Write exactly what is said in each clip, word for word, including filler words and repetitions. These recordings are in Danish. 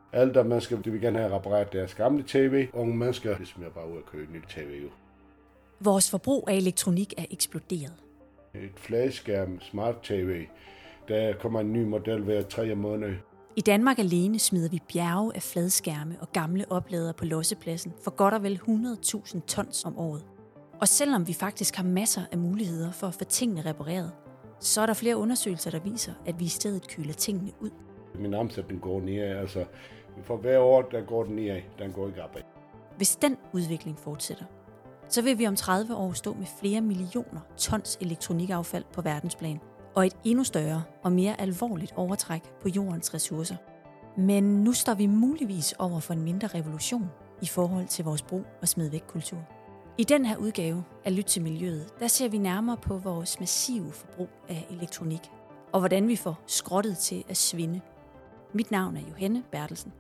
Ældre mennesker vil gerne have repareret deres gamle tv. Unge mennesker de smider bare ud og købe nyt tv. Jo. Vores forbrug af elektronik er eksploderet. Et fladskærm, smart tv, der kommer en ny model hver tre måneder. I Danmark alene smider vi bjerge af fladskærme og gamle opladere på lossepladsen for godt og vel hundrede tusind tons om året. Og selvom vi faktisk har masser af muligheder for at få tingene repareret, så er der flere undersøgelser, der viser, at vi i stedet køler tingene ud. Min omsætning går nedad, altså for hver år, der går den nedad, den går ikke opad. Hvis den udvikling fortsætter, så vil vi om tredive år stå med flere millioner tons elektronikaffald på verdensplan, og et endnu større og mere alvorligt overtræk på jordens ressourcer. Men nu står vi muligvis over for en mindre revolution i forhold til vores brug og smid væk-kultur. I den her udgave af Lyt til Miljøet, der ser vi nærmere på vores massive forbrug af elektronik, og hvordan vi får skrottet til at svinde. Mit navn er Johanne Bertelsen.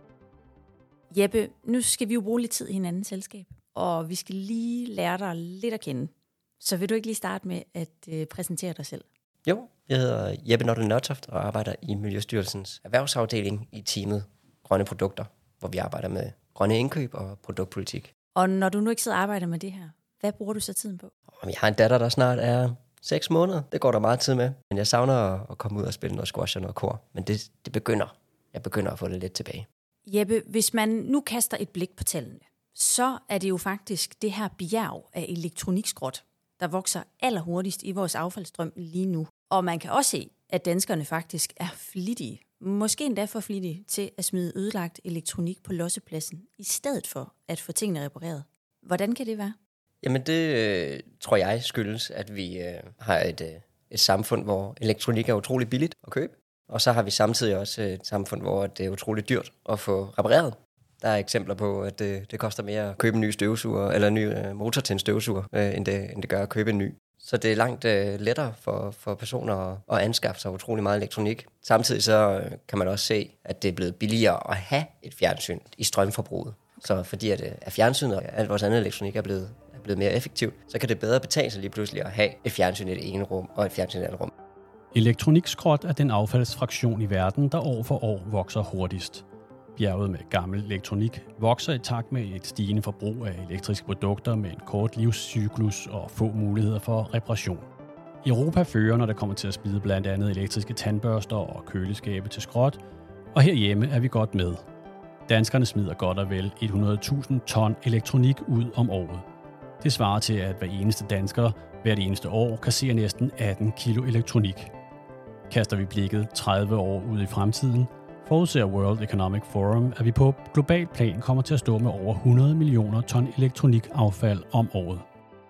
Jeppe, nu skal vi jo bruge lidt tid i hinandens selskab, og vi skal lige lære dig lidt at kende. Så vil du ikke lige starte med at øh, præsentere dig selv? Jo, jeg hedder Jeppe Nordel Nørtoft og arbejder i Miljøstyrelsens erhvervsafdeling i teamet Grønne Produkter, hvor vi arbejder med grønne indkøb og produktpolitik. Og når du nu ikke sidder og arbejder med det her, hvad bruger du så tiden på? Jeg har en datter, der snart er seks måneder. Det går der meget tid med. Men jeg savner at komme ud og spille noget squash og noget kor. Men det, det begynder. Jeg begynder at få det lidt tilbage. Jeppe, hvis man nu kaster et blik på tallene, så er det jo faktisk det her bjerg af elektronikskrot, der vokser allerhurtigst i vores affaldsstrøm lige nu. Og man kan også se, at danskerne faktisk er flittige, måske endda for flittige, til at smide ødelagt elektronik på lossepladsen, i stedet for at få tingene repareret. Hvordan kan det være? Jamen det øh, tror jeg skyldes, at vi øh, har et, øh, et samfund, hvor elektronik er utrolig billigt at købe. Og så har vi samtidig også et samfund, hvor det er utrolig dyrt at få repareret. Der er eksempler på, at det, det koster mere at købe en ny støvsuger, eller en ny øh, motor til en støvsuger, øh, end, det, end det gør at købe en ny. Så det er langt øh, lettere for, for personer at, at anskaffe sig utrolig meget elektronik. Samtidig så øh, kan man også se, at det er blevet billigere at have et fjernsyn i strømforbruget. Så fordi at, at fjernsynet og alt vores andet elektronik er blevet, er blevet mere effektivt, så kan det bedre betale sig lige pludselig at have et fjernsyn i det ene rum og et fjernsyn i det andet rum. Elektronikskrot er den affaldsfraktion i verden, der år for år vokser hurtigst. Bjerget med gammel elektronik vokser i takt med et stigende forbrug af elektriske produkter med en kort livscyklus og få muligheder for reparation. Europa fører, når det kommer til at smide blandt andet elektriske tandbørster og køleskabe til skrot, og herhjemme er vi godt med. Danskerne smider godt og vel hundrede tusind ton elektronik ud om året. Det svarer til, at hver eneste dansker hvert eneste år kasserer næsten atten kilo elektronik. Kaster vi blikket tredive år ud i fremtiden, forudser World Economic Forum, at vi på global plan kommer til at stå med over hundrede millioner ton elektronikaffald om året.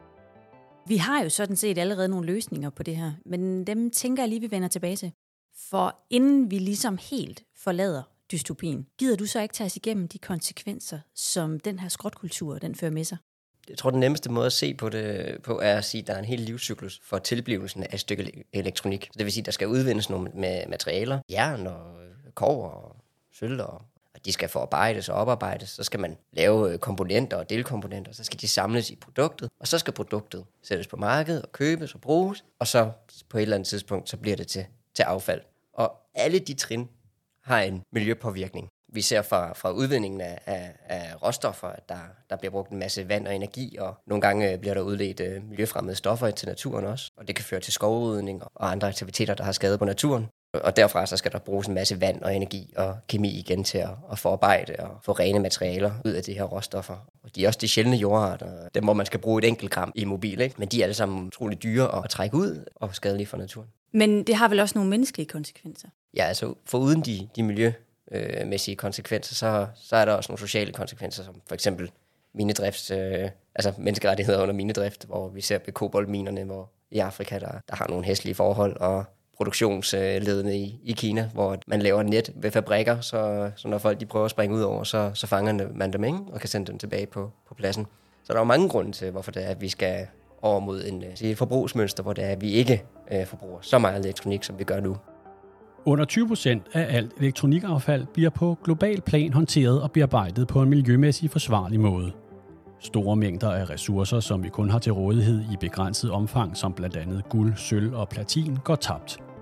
Vi har jo sådan set allerede nogle løsninger på det her, men dem tænker jeg lige, vi vender tilbage til. For inden vi ligesom helt forlader dystopien, gider du så ikke tage os igennem de konsekvenser, som den her skrotkultur den fører med sig? Jeg tror, den nemmeste måde at se på det på, er at sige, at der er en hel livscyklus for tilblivelsen af et stykke elektronik. Det vil sige, at der skal udvindes nogle med materialer, jern og kobber og sølv, og de skal forarbejdes og oparbejdes. Så skal man lave komponenter og delkomponenter, så skal de samles i produktet, og så skal produktet sættes på markedet og købes og bruges, og så på et eller andet tidspunkt, så bliver det til, til affald. Og alle de trin har en miljøpåvirkning. Vi ser fra, fra udvindingen af, af, af råstoffer, at der, der bliver brugt en masse vand og energi, og nogle gange bliver der udledt uh, miljøfremmede stoffer til naturen også, og det kan føre til skovrydning og andre aktiviteter, der har skade på naturen. Og derfra så skal der bruges en masse vand og energi og kemi igen til at, at forarbejde og få rene materialer ud af de her råstoffer. Og de er også de sjældne jordarter, dem hvor man skal bruge et enkelt gram i mobil, ikke? Men de er alle sammen utrolig dyre at trække ud og skadelige for naturen. Men det har vel også nogle menneskelige konsekvenser? Ja, altså foruden de, de miljømæssige konsekvenser, så, så er der også nogle sociale konsekvenser, som for eksempel minedrift, øh, altså menneskerettigheder under minedrift, hvor vi ser ved koboltminerne, hvor i Afrika, der, der har nogle hæslige forhold, og produktionsledende i, i Kina, hvor man laver net ved fabrikker, så, så når folk de prøver at springe ud over, så, så fanger man dem, ikke? Og kan sende dem tilbage på, på pladsen. Så der er jo mange grunde til, hvorfor det er, at vi skal over mod en, et forbrugsmønster, hvor det er, at vi ikke øh, forbruger så meget elektronik, som vi gør nu. Under tyve procent af alt elektronikaffald bliver på global plan håndteret og bearbejdet på en miljømæssig forsvarlig måde. Store mængder af ressourcer, som vi kun har til rådighed i begrænset omfang, som blandt andet guld, sølv og platin, går tabt.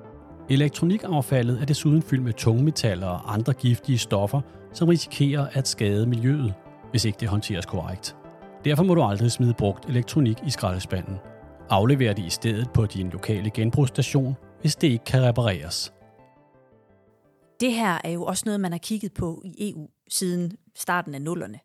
Elektronikaffaldet er desuden fyldt med tungmetaller og andre giftige stoffer, som risikerer at skade miljøet, hvis ikke det håndteres korrekt. Derfor må du aldrig smide brugt elektronik i skraldespanden. Aflever det i stedet på din lokale genbrugsstation, hvis det ikke kan repareres. Det her er jo også noget, man har kigget på i E U siden starten af nullerne.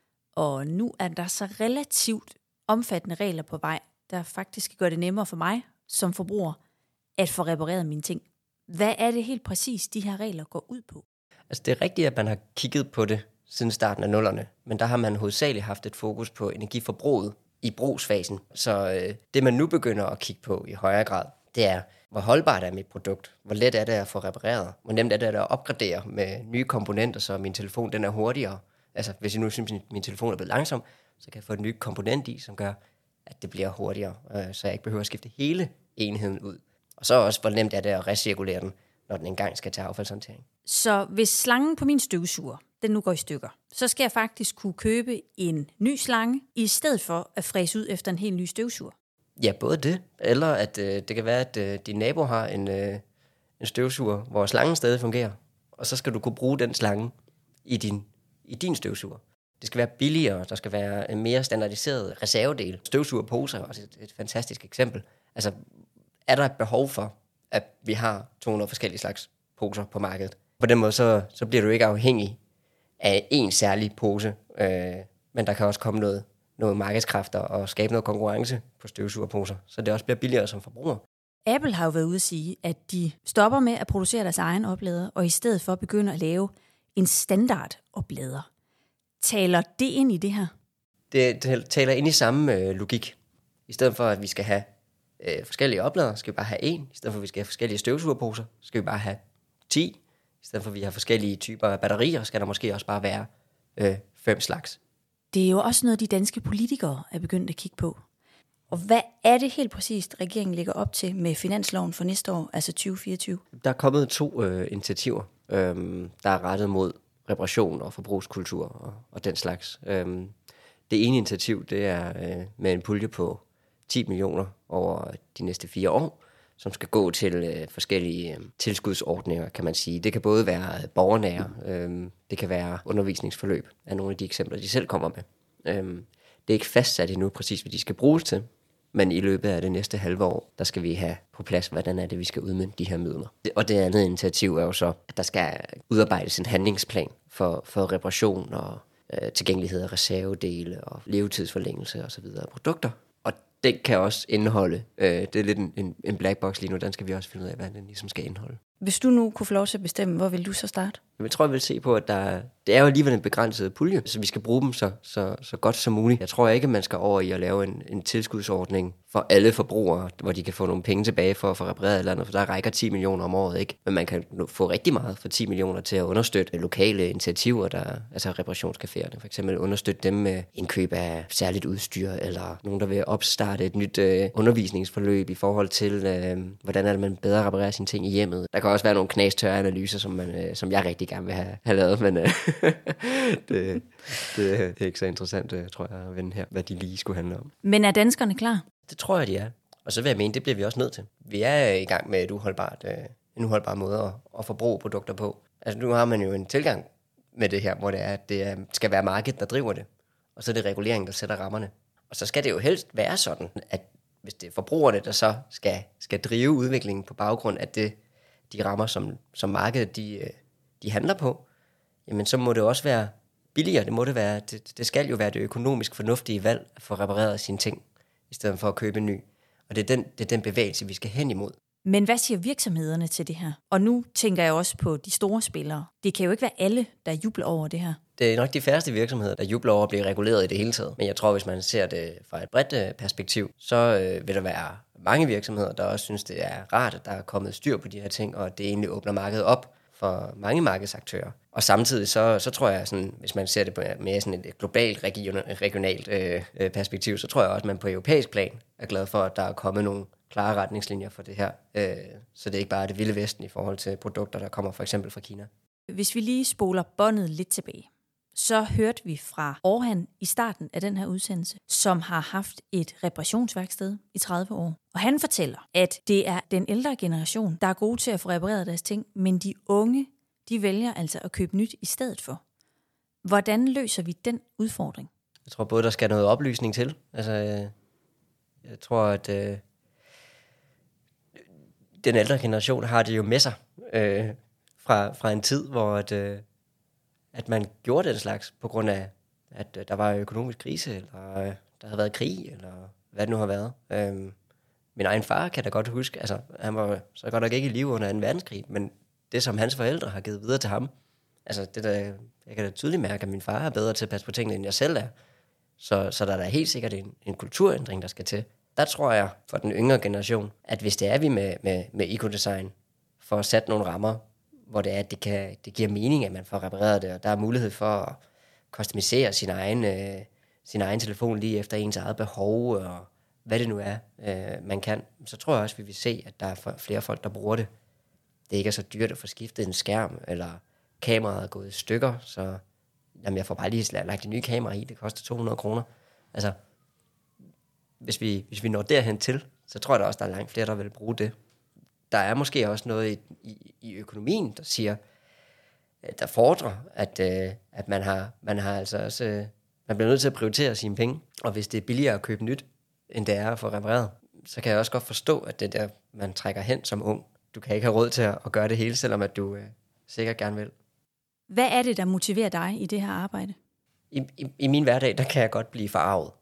Og nu er der så relativt omfattende regler på vej, der faktisk gør det nemmere for mig som forbruger at få repareret mine ting. Hvad er det helt præcis, de her regler går ud på? Altså det er rigtigt, at man har kigget på det siden starten af nullerne, men der har man hovedsageligt haft et fokus på energiforbruget i brugsfasen. Så øh, det man nu begynder at kigge på i højere grad, det er, hvor holdbart er mit produkt? Hvor let er det at få repareret? Hvor nemt er det at opgradere med nye komponenter, så min telefon den er hurtigere? Altså hvis jeg nu synes, at min telefon er blevet langsom, så kan jeg få en ny komponent i, som gør, at det bliver hurtigere, øh, så jeg ikke behøver at skifte hele enheden ud. Og så også, hvor nemt er det at recirkulere den, når den engang skal til affaldshåndtering. Så hvis slangen på min støvsuger, den nu går i stykker, så skal jeg faktisk kunne købe en ny slange, i stedet for at fræse ud efter en helt ny støvsuger? Ja, både det, eller at øh, det kan være, at øh, din nabo har en, øh, en støvsuger, hvor slangen stadig fungerer, og så skal du kunne bruge den slange i din, i din støvsuger. Det skal være billigere, der skal være en mere standardiseret reservedel. Støvsugerposer er også et, et fantastisk eksempel. Altså, er der et behov for, at vi har to hundrede forskellige slags poser på markedet? På den måde, så, så bliver du ikke afhængig af en særlig pose, øh, men der kan også komme noget, noget markedskræfter og skabe noget konkurrence på støvsugerposer, så det også bliver billigere som forbruger. Apple har jo været ude at sige, at de stopper med at producere deres egen oplader, og i stedet for begynder at lave en standard oplader. Taler det ind i det her? Det, det taler ind i samme øh, logik. I stedet for, at vi skal have øh, forskellige opladere, skal vi bare have en. I stedet for, at vi skal have forskellige støvsugerposer, skal vi bare have ti. I stedet for, at vi har forskellige typer af batterier, skal der måske også bare være øh, fem slags. Det er jo også noget, de danske politikere er begyndt at kigge på. Og hvad er det helt præcist, regeringen lægger op til med finansloven for næste år, altså tyve fireogtyve? Der er kommet to øh, initiativer, øh, der er rettet mod reparation og forbrugskultur og, og den slags. Øhm, det ene initiativ, det er øh, med en pulje på ti millioner over de næste fire år, som skal gå til øh, forskellige øh, tilskudsordninger, kan man sige. Det kan både være borgernære, øh, det kan være undervisningsforløb af nogle af de eksempler, de selv kommer med. Øh, det er ikke fastsat endnu præcis, hvad de skal bruges til, men i løbet af det næste halve år, der skal vi have på plads, hvordan er det, vi skal udmønte de her midler. Og det andet initiativ er jo så, at der skal udarbejdes en handlingsplan for, for reparation og øh, tilgængelighed af reservedele og levetidsforlængelse osv. af produkter. Og den kan også indeholde, øh, det er lidt en, en black box lige nu, den skal vi også finde ud af, hvad den ligesom skal indeholde. Hvis du nu kunne få lov til at bestemme, hvor vil du så starte? Jeg tror, jeg vil se på, at der, det er jo alligevel en begrænset pulje, så vi skal bruge dem så, så, så godt som muligt. Jeg tror ikke, at man skal over i at lave en, en tilskudsordning for alle forbrugere, hvor de kan få nogle penge tilbage for at få repareret et eller andet, for der rækker ti millioner om året, ikke? Men man kan få rigtig meget for ti millioner til at understøtte lokale initiativer, der, altså reparationscaféerne, for eksempel understøtte dem med indkøb af særligt udstyr, eller nogen, der vil opstarte et nyt øh, undervisningsforløb i forhold til, øh, hvordan er det, man bedre reparerer sine ting i hjemmet. Der kan også være nogle knastørre analyser, som, man, øh, som jeg rigtig gerne vil have, have lavet, men øh, det, det, det er ikke så interessant, øh, tror jeg, at vende her, hvad de lige skulle handle om. Men er danskerne klar? Det tror jeg, de er. Og så vil jeg mene, det bliver vi også nødt til. Vi er i gang med et uholdbart, øh, en uholdbar måde at, at forbruge produkter på. Altså nu har man jo en tilgang med det her, hvor det er, at det skal være markedet, der driver det. Og så er det reguleringen, der sætter rammerne. Og så skal det jo helst være sådan, at hvis det er forbrugerne, der så skal, skal drive udviklingen på baggrund af det, de rammer, som, som markedet de, de handler på, jamen så må det også være billigere. Det må det være. Det, det skal jo være det økonomisk fornuftige valg at få repareret sine ting, i stedet for at købe en ny. Og det er den, det er den bevægelse, vi skal hen imod. Men hvad siger virksomhederne til det her? Og nu tænker jeg også på de store spillere. Det kan jo ikke være alle, der jubler over det her. Det er nok de færreste virksomheder, der jubler over at blive reguleret i det hele taget. Men jeg tror, hvis man ser det fra et bredt perspektiv, så øh, vil der være mange virksomheder, der også synes, det er rart, at der er kommet styr på de her ting, og det egentlig åbner markedet op for mange markedsaktører. Og samtidig så, så tror jeg, sådan, hvis man ser det på mere sådan et globalt, region, regionalt øh, perspektiv, så tror jeg også, at man på europæisk plan er glad for, at der er kommet nogle klare retningslinjer for det her. Øh, så det er ikke bare det vilde vesten i forhold til produkter, der kommer for eksempel fra Kina. Hvis vi lige spoler båndet lidt tilbage, så hørte vi fra Orhan i starten af den her udsendelse, som har haft et reparationsværksted i tredive år. Og han fortæller, at det er den ældre generation, der er gode til at få repareret deres ting, men de unge, de vælger altså at købe nyt i stedet for. Hvordan løser vi den udfordring? Jeg tror både, der skal noget oplysning til. Altså, jeg tror, at øh, den ældre generation har det jo med sig øh, fra, fra en tid, hvor at, øh, at man gjorde den slags på grund af, at øh, der var økonomisk krise, eller øh, der havde været krig, eller hvad det nu har været. Øh, min egen far kan da godt huske, altså han var så godt nok ikke i live under anden verdenskrig, men det, som hans forældre har givet videre til ham, altså det der, jeg kan da tydeligt mærke, at min far er bedre til at passe på tingene, end jeg selv er. Så, så der er da helt sikkert en, en kulturændring, der skal til. Der tror jeg, for den yngre generation, at hvis det er vi med, med, med ecodesign, får sat nogle rammer, hvor det er, at det, kan, det giver mening, at man får repareret det, og der er mulighed for at customisere sin egen, øh, sin egen telefon lige efter ens eget behov, og hvad det nu er, øh, man kan, så tror jeg også, at vi vil se, at der er flere folk, der bruger det. Det ikke er så dyrt at få skiftet en skærm, eller kameraet er gået i stykker, så jamen, jeg får bare lige lagt en ny kamera i, det koster to hundrede kroner. Altså, hvis vi, hvis vi når derhen til, så tror jeg da også, der er langt flere, der vil bruge det. Der er måske også noget i, i, i økonomien, der siger, der fordrer, at, øh, at man har, man har altså også, øh, man bliver nødt til at prioritere sine penge, og hvis det er billigere at købe nyt, end det er at få repareret, så kan jeg også godt forstå, at det der, man trækker hen som ung. Du kan ikke have råd til at, at gøre det hele, selvom at du øh, sikkert gerne vil. Hvad er det, der motiverer dig i det her arbejde? I, i, i min hverdag, der kan jeg godt blive forarvet.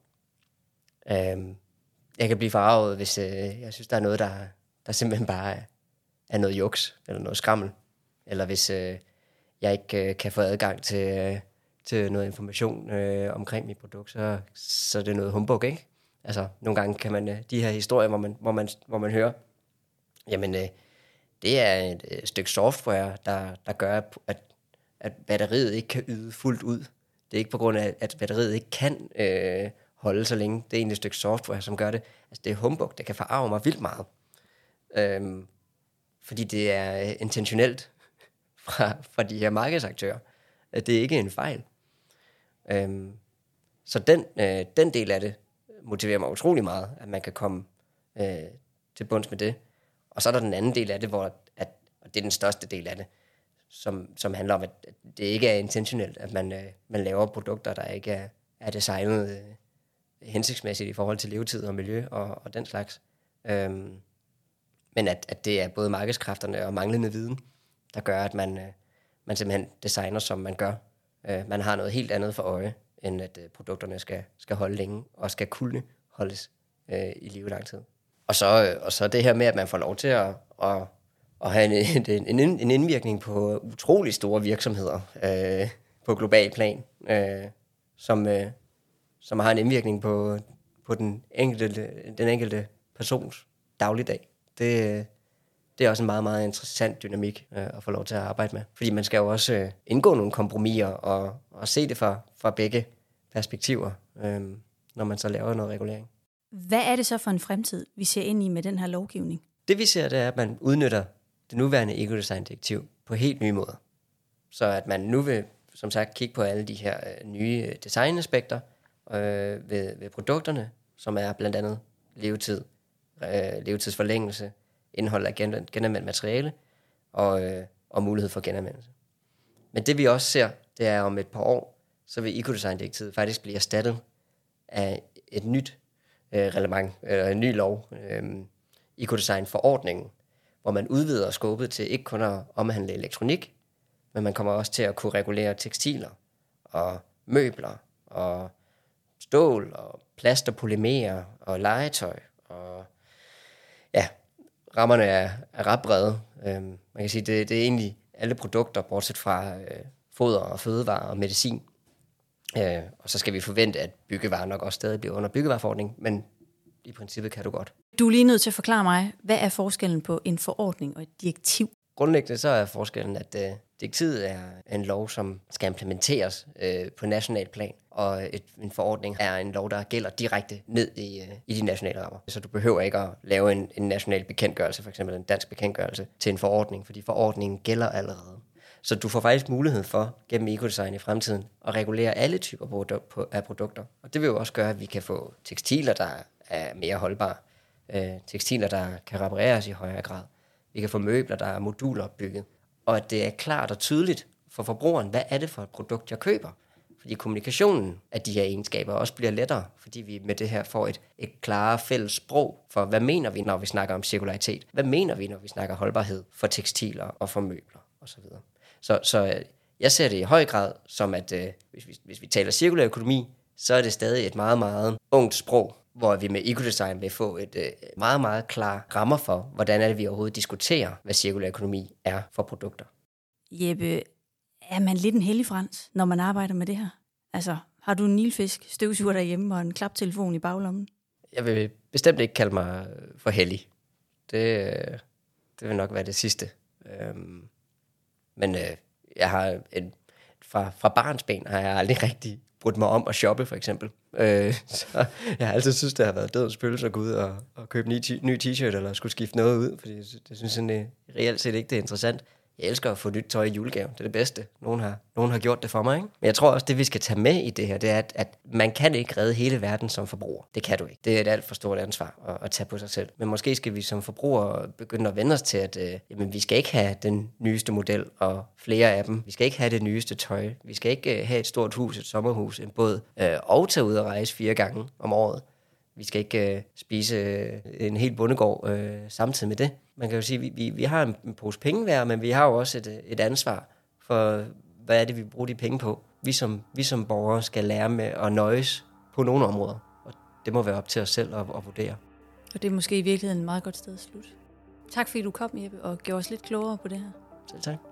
Øhm, jeg kan blive forarvet, hvis øh, jeg synes, der er noget, der, der simpelthen bare er, er noget juks, eller noget skrammel. Eller hvis øh, jeg ikke øh, kan få adgang til, øh, til noget information øh, omkring mit produkt, så, så er det noget humbug, ikke? Altså, nogle gange kan man, øh, de her historier, hvor man, hvor man, hvor man hører, jamen, øh, det er et øh, stykke software, der, der gør, at at batteriet ikke kan yde fuldt ud. Det er ikke på grund af, at batteriet ikke kan øh, holde så længe. Det er egentlig et stykke software, som gør det. Altså, det er humbug, det kan forarve mig vildt meget. Øhm, fordi det er intentionelt fra, fra de her markedsaktører. Det er ikke en fejl. Øhm, så den, øh, den del af det motiverer mig utrolig meget, at man kan komme øh, til bunds med det. Og så er der den anden del af det, hvor at, og det er den største del af det, Som, som handler om, at det ikke er intentionelt, at man, øh, man laver produkter, der ikke er, er designet øh, hensigtsmæssigt i forhold til levetid og miljø og, og den slags. Øhm, men at, at det er både markedskræfterne og manglende viden, der gør, at man, øh, man simpelthen designer, som man gør. Øh, man har noget helt andet for øje, end at øh, produkterne skal, skal holde længe og skal kunne holdes øh, i live lang tid. Og så, øh, og så det her med, at man får lov til at, at og have en, en, en indvirkning på utrolig store virksomheder øh, på global plan, øh, som, øh, som har en indvirkning på, på den, enkelte, den enkelte persons dagligdag. Det, det er også en meget, meget interessant dynamik øh, at få lov til at arbejde med. Fordi man skal jo også øh, indgå nogle kompromiser og, og se det fra, fra begge perspektiver, øh, når man så laver noget regulering. Hvad er det så for en fremtid, vi ser ind i med den her lovgivning? Det vi ser, det er, at man udnytter det nuværende ecodesign-direktiv på helt nye måder. Så at man nu vil, som sagt, kigge på alle de her øh, nye designaspekter øh, ved, ved produkterne, som er blandt andet levetid, øh, levetidsforlængelse, indhold af gen, genanvendt materiale og, øh, og mulighed for genanvendelse. Men det vi også ser, det er om et par år, så vil ecodesign-direktivet faktisk blive erstattet af et nyt øh, reglement, eller en ny lov, øh, ecodesign-forordningen, hvor man udvider skåbet til ikke kun at omhandle elektronik, men man kommer også til at kunne regulere tekstiler og møbler og stål og plast og polymerer og legetøj. Og ja, rammerne er, er ret brede. Øhm, man kan sige, det, det er egentlig alle produkter, bortset fra øh, foder og fødevarer og medicin. Øh, og så skal vi forvente, at byggevarer nok også stadig bliver under byggevareforordning, men i princippet kan du godt. Du er lige nødt til at forklare mig, hvad er forskellen på en forordning og et direktiv? Grundlæggende så er forskellen, at øh, direktivet er en lov, som skal implementeres øh, på national plan, og et, en forordning er en lov, der gælder direkte ned i, øh, i de nationale rammer. Så du behøver ikke at lave en, en national bekendtgørelse, for eksempel en dansk bekendtgørelse, til en forordning, fordi forordningen gælder allerede. Så du får faktisk mulighed for, gennem ecodesign i fremtiden, at regulere alle typer produ- af produkter. Og det vil jo også gøre, at vi kan få tekstiler, der er mere holdbare. Øh, tekstiler, der kan repareres i højere grad. Vi kan få møbler, der er modulopbygget. Og at det er klart og tydeligt for forbrugeren, hvad er det for et produkt, jeg køber. Fordi kommunikationen af de her egenskaber også bliver lettere, fordi vi med det her får et, et klarere fælles sprog for, hvad mener vi, når vi snakker om cirkularitet? Hvad mener vi, når vi snakker holdbarhed for tekstiler og for møbler osv.? Så, så jeg ser det i høj grad som, at øh, hvis, vi, hvis vi taler cirkulær økonomi, så er det stadig et meget, meget ungt sprog, hvor vi med ecodesign vil få et øh, meget, meget klar rammer for, hvordan er det, vi overhovedet diskuterer, hvad cirkulær økonomi er for produkter. Jeppe, er man lidt en hellig frans, når man arbejder med det her? Altså, har du en nilfisk, støvsuger derhjemme og en klaptelefon i baglommen? Jeg vil bestemt ikke kalde mig for hellig. Det, det vil nok være det sidste. Øhm, men øh, jeg har en, fra, fra barnsben har jeg aldrig rigtig brudt mig om at shoppe, for eksempel. Øh, så jeg har altid synes, det har været dødens pølse at gå ud og, og købe en ny, ny t-shirt, eller skulle skifte noget ud, fordi det synes jeg det, reelt set ikke, det er interessant. Jeg elsker at få nyt tøj i julegave. Det er det bedste. Nogen har, nogen har gjort det for mig, ikke? Men jeg tror også, det vi skal tage med i det her, det er, at, at man kan ikke redde hele verden som forbruger. Det kan du ikke. Det er et alt for stort ansvar at, at tage på sig selv. Men måske skal vi som forbrugere begynde at vende os til, at øh, jamen, vi skal ikke have den nyeste model og flere af dem. Vi skal ikke have det nyeste tøj. Vi skal ikke øh, have et stort hus, et sommerhus, en båd, øh, og tage ud og rejse fire gange om året. Vi skal ikke øh, spise øh, en hel bondegård øh, samtidig med det. Man kan jo sige, at vi, vi, vi har en, en pose penge hver, men vi har jo også et, et ansvar for, hvad er det, vi bruger de penge på. Vi som, vi som borgere skal lære med at nøjes på nogle områder, og det må være op til os selv at, at vurdere. Og det er måske i virkeligheden et meget godt sted at slutte. Tak fordi du kom, Jeppe, og gjorde os lidt klogere på det her. Selv tak.